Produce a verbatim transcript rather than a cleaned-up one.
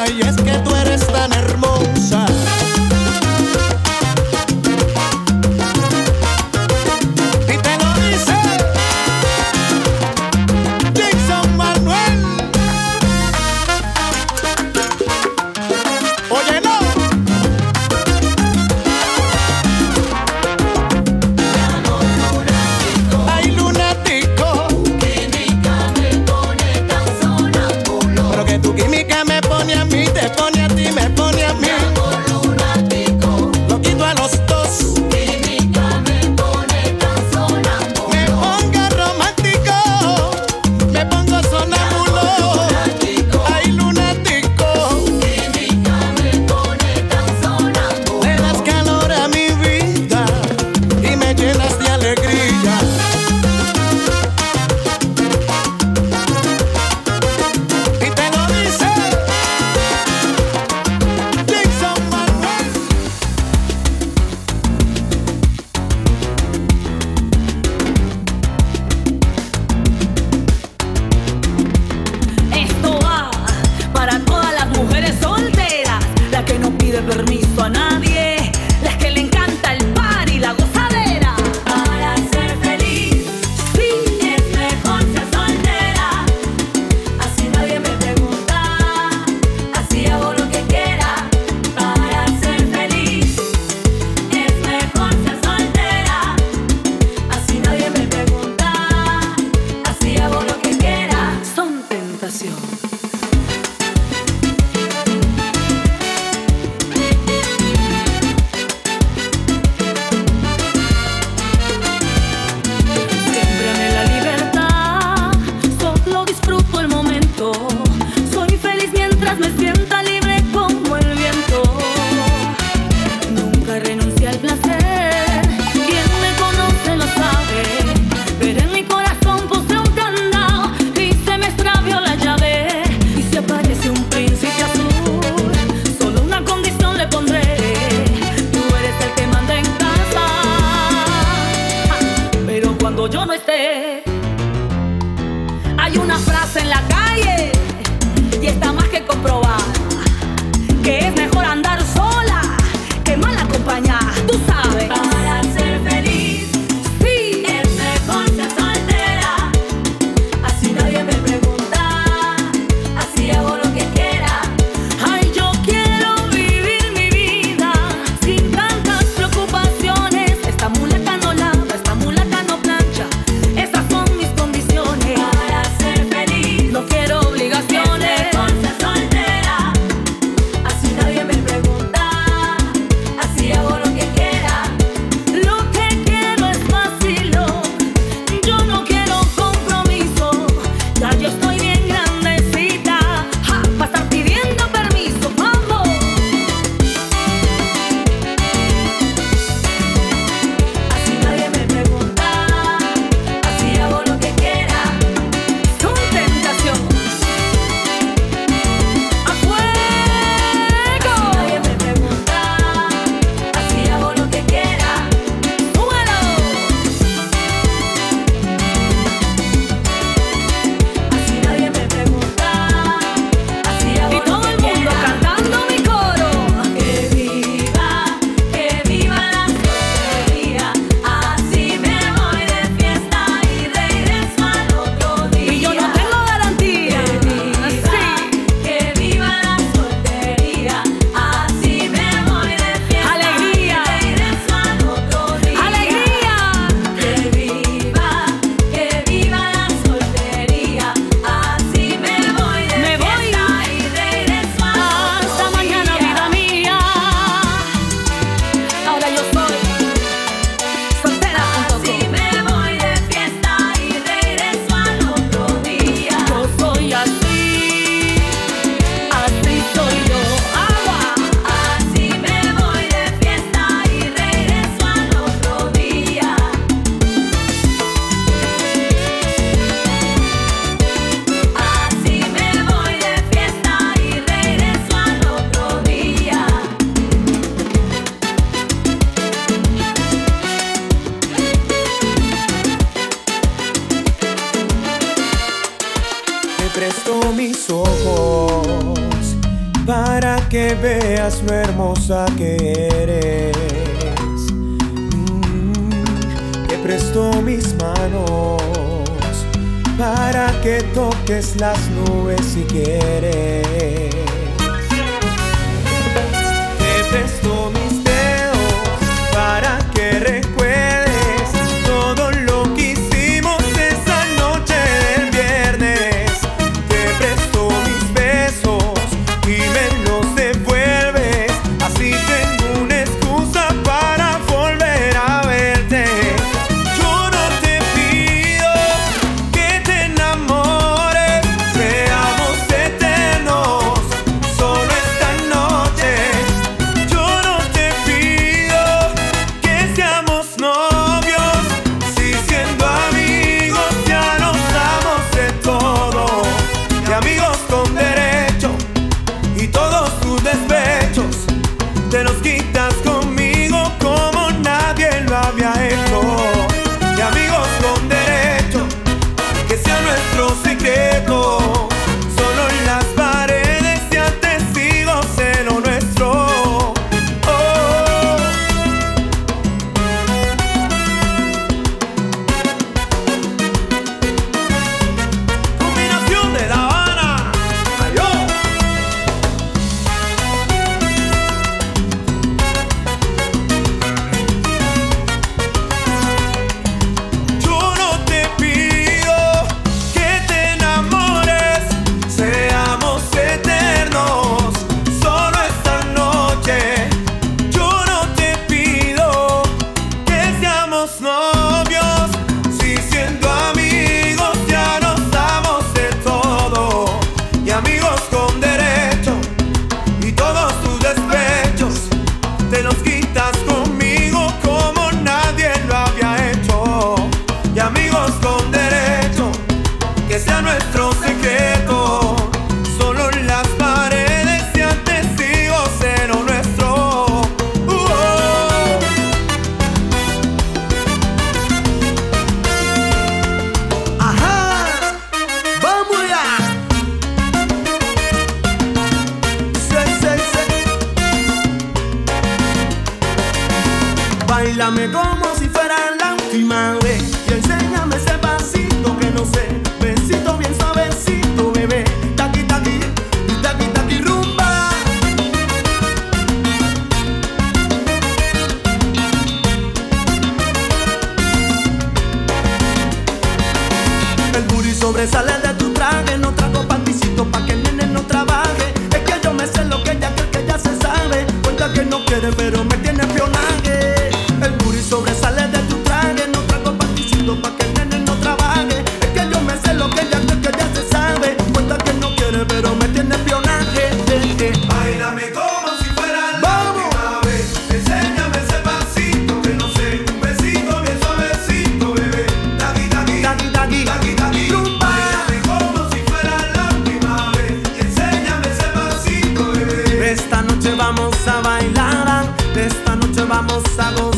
y es que tú eres tan hermosa. Y te lo dice Jason Manuel. Oye, no. Ay, lunático, química me pone tan sonámbulo. Pero que tu química me pone a mí, te pone a ti, me pone a mí. Lunático, lo quito a los dos. Química me pone tan sonámbulo. Me pongo romántico, me pongo sonámbulo. Ay, lunático, química me pone tan sonámbulo. Le das calor a mi vida y me llenas de alegría. Y te lo dice Jason Manuel. Esto va para todas las mujeres solteras, las que no piden permiso a nadie, las que le encanta el party y la gozadera. Para ser feliz, sí, es mejor ser soltera. Así nadie me pregunta, así hago lo que quiera. Para ser feliz, es mejor ser soltera. Así nadie me pregunta, así hago lo que quiera. Son tentación. Siempre amé la libertad, solo disfruto el momento. Soy feliz mientras me sienta libre como el viento. Nunca renuncié al placer, quien me conoce lo sabe. Pero en mi corazón puse un candado y se me extravió la llave. Y si aparece un príncipe azul, solo una condición le pondré: tú eres el que manda en casa. Pero cuando yo no esté, hay una frase en la calle y está más que comprobada, que es mejor andar sola que mal acompañada. Tú sabes. Para ser feliz, sí, es mejor ser soltera. Así nadie me pregunta, así hago lo que quiera. Ay, yo quiero vivir mi vida sin tantas preocupaciones. Esta mulata no lava, esta mulata no plancha. Esas son mis condiciones. Para ser feliz, no quiero obligaciones. Es mejor ser soltera. Así nadie para que veas lo hermosa que eres. Mm, que presto mis manos para que toques las nubes si quieres. Te presto mis dedos para que recuerdes todo lo que hicimos esa noche del viernes. Te presto mis besos y me los devuelves, así tengo una excusa para volver a verte. Yo no te pido que te enamores, seamos eternos, solo esta noche. Yo no te pido que seamos novios, si siendo amigos ya nos damos de todo, y amigos con derecho, y todos tus despechos te los quitas conmigo como nadie lo había hecho. Y amigos con derecho, que sea nuestro secreto, solo en las paredes sean testigos de lo nuestro. Oh. Combinación de La Habana. Adiós. Yo no te pido que te enamores, seamos eternos, solo esta noche. Yo no te pido que seamos novios, si siendo amigos ya nos damos de todo, y amigos con derecho, y todos tus despechos te los quitas conmigo como nadie lo había hecho. Y amigos con derecho, que sea nuestro secreto, solo en las paredes sean testigos de lo nuestro. Uh, oh. Ajá, vamos allá. Sí, sí, sí. Báilame como si fuera la última vez y enséñame ese pasito que no sé, besito bien suavecito, bebé. Taqui taqui, taqui taqui rumba. El booty sobresale de tu traje, no trago panticito pa' que el nene no trabaje. Es que yo me sé lo que ella cree que ya se sabe. Cuenta que no quiere pero me tiene espionaje. El booty sobresale de tu traje, no trago panticito pa' que el nene no trabaje. Es que yo me sé lo que ella cree que ya se sabe. Cuenta que no quiere pero me tiene espionaje. Eh, eh. Báilame como si fuera la Vamos. última vez. Enséñame ese pasito que no sé, un besito bien suavecito, bebé. Taqui taqui, Taqui taqui, taqui taqui. rumba. Báilame como si fuera la última vez. Enséñame ese pasito, bebé. Esta noche vamos a bailar, esta noche vamos a gozar.